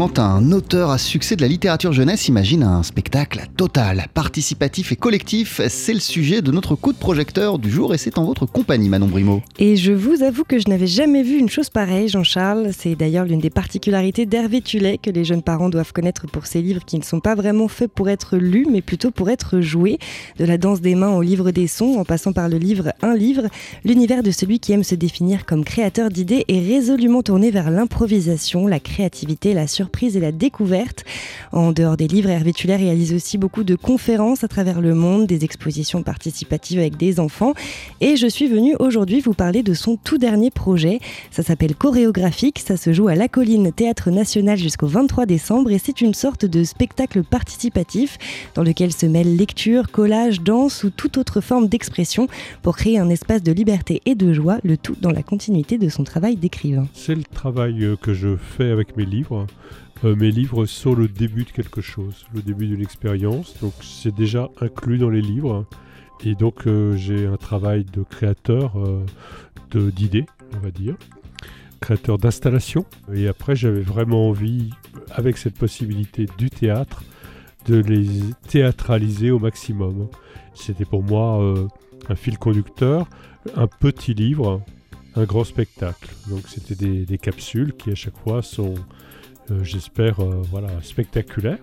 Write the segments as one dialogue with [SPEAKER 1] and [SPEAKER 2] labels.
[SPEAKER 1] quand un auteur à succès de la littérature jeunesse imagine un spectacle total, participatif et collectif. C'est le sujet de notre coup de projecteur du jour et c'est en votre compagnie, Manon Brimaud.
[SPEAKER 2] Et je vous avoue que je n'avais jamais vu une chose pareille, Jean-Charles. C'est d'ailleurs l'une des particularités d'Hervé Tullet que les jeunes parents doivent connaître pour ses livres qui ne sont pas vraiment faits pour être lus, mais plutôt pour être joués. De la danse des mains au livre des sons, en passant par le livre Un livre, l'univers de celui qui aime se définir comme créateur d'idées est résolument tourné vers l'improvisation, la créativité, la surprise et la découverte. En dehors des livres, Hervé Tullet réalise aussi beaucoup de conférences à travers le monde, des expositions participatives avec des enfants. Et je suis venue aujourd'hui vous parler de son tout dernier projet. Ça s'appelle Chorégraphique, ça se joue à La Colline Théâtre National jusqu'au 23 décembre et c'est une sorte de spectacle participatif dans lequel se mêlent lecture, collage, danse ou toute autre forme d'expression pour créer un espace de liberté et de joie, le tout dans la continuité de son travail d'écrivain.
[SPEAKER 3] C'est le travail que je fais avec mes livres. Mes livres sont le début de quelque chose, le début d'une expérience, donc c'est déjà inclus dans les livres. Et donc j'ai un travail de créateur d'idées, on va dire, créateur d'installation. Et après j'avais vraiment envie, avec cette possibilité du théâtre, de les théâtraliser au maximum. C'était pour moi un fil conducteur, un petit livre, un grand spectacle. Donc c'était des capsules qui à chaque fois sont, j'espère, spectaculaires.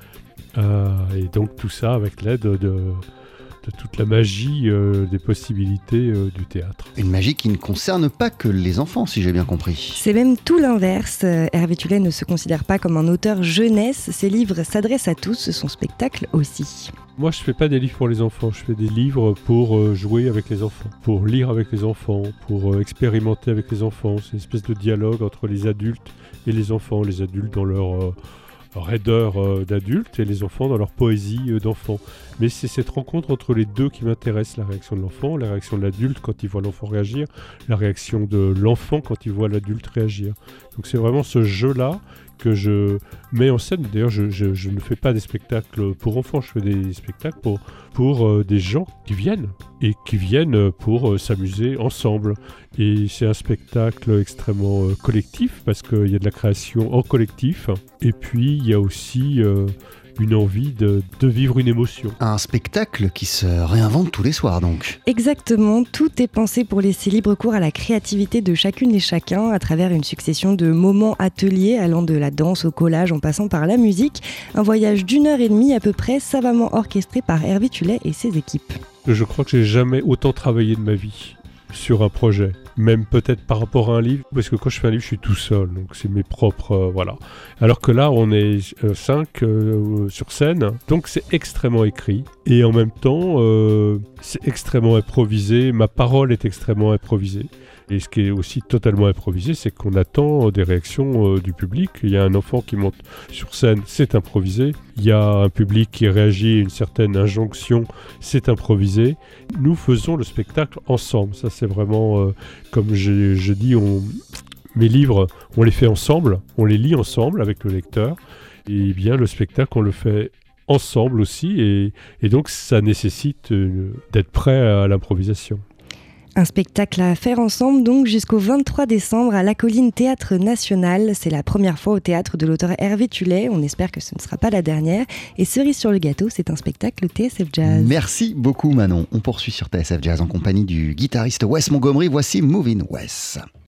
[SPEAKER 3] Et donc tout ça avec l'aide de toute la magie des possibilités du théâtre.
[SPEAKER 1] Une magie qui ne concerne pas que les enfants, si j'ai bien compris.
[SPEAKER 2] C'est même tout l'inverse. Hervé Tullet ne se considère pas comme un auteur jeunesse. Ses livres s'adressent à tous, son spectacle aussi.
[SPEAKER 3] Moi, je ne fais pas des livres pour les enfants, je fais des livres pour jouer avec les enfants, pour lire avec les enfants, pour expérimenter avec les enfants. C'est une espèce de dialogue entre les adultes et les enfants, les adultes dans leur raideur d'adultes et les enfants dans leur poésie d'enfants. Mais c'est cette rencontre entre les deux qui m'intéresse, la réaction de l'enfant, la réaction de l'adulte quand il voit l'enfant réagir, la réaction de l'enfant quand il voit l'adulte réagir. Donc c'est vraiment ce jeu-là que je mets en scène. D'ailleurs, je ne fais pas des spectacles pour enfants, je fais des spectacles pour des gens qui viennent et qui viennent pour s'amuser ensemble. Et c'est un spectacle extrêmement collectif parce qu'il y a de la création en collectif et puis il y a aussi une envie de vivre une émotion.
[SPEAKER 1] Un spectacle qui se réinvente tous les soirs donc.
[SPEAKER 2] Exactement, tout est pensé pour laisser libre cours à la créativité de chacune et chacun à travers une succession de moments ateliers allant de la danse au collage en passant par la musique. Un voyage d'1h30 à peu près, savamment orchestré par Hervé Tullet et ses équipes.
[SPEAKER 3] Je crois que j'ai jamais autant travaillé de ma vie sur un projet, même peut-être par rapport à un livre, parce que quand je fais un livre, je suis tout seul, donc c'est mes propres, voilà. Alors que là, on est 5 sur scène, donc c'est extrêmement écrit, et en même temps, c'est extrêmement improvisé, ma parole est extrêmement improvisée. Et ce qui est aussi totalement improvisé, c'est qu'on attend des réactions du public. Il y a un enfant qui monte sur scène, c'est improvisé. Il y a un public qui réagit à une certaine injonction, c'est improvisé. Nous faisons le spectacle ensemble. Ça, c'est vraiment, comme je dis, mes livres, on les fait ensemble, on les lit ensemble avec le lecteur. Et bien, le spectacle, on le fait ensemble aussi. Et donc, ça nécessite d'être prêt à l'improvisation.
[SPEAKER 2] Un spectacle à faire ensemble donc jusqu'au 23 décembre à La Colline Théâtre National. C'est la première fois au théâtre de l'auteur Hervé Tullet. On espère que ce ne sera pas la dernière. Et cerise sur le gâteau, c'est un spectacle TSF Jazz.
[SPEAKER 1] Merci beaucoup Manon. On poursuit sur TSF Jazz en compagnie du guitariste Wes Montgomery. Voici Moving Wes.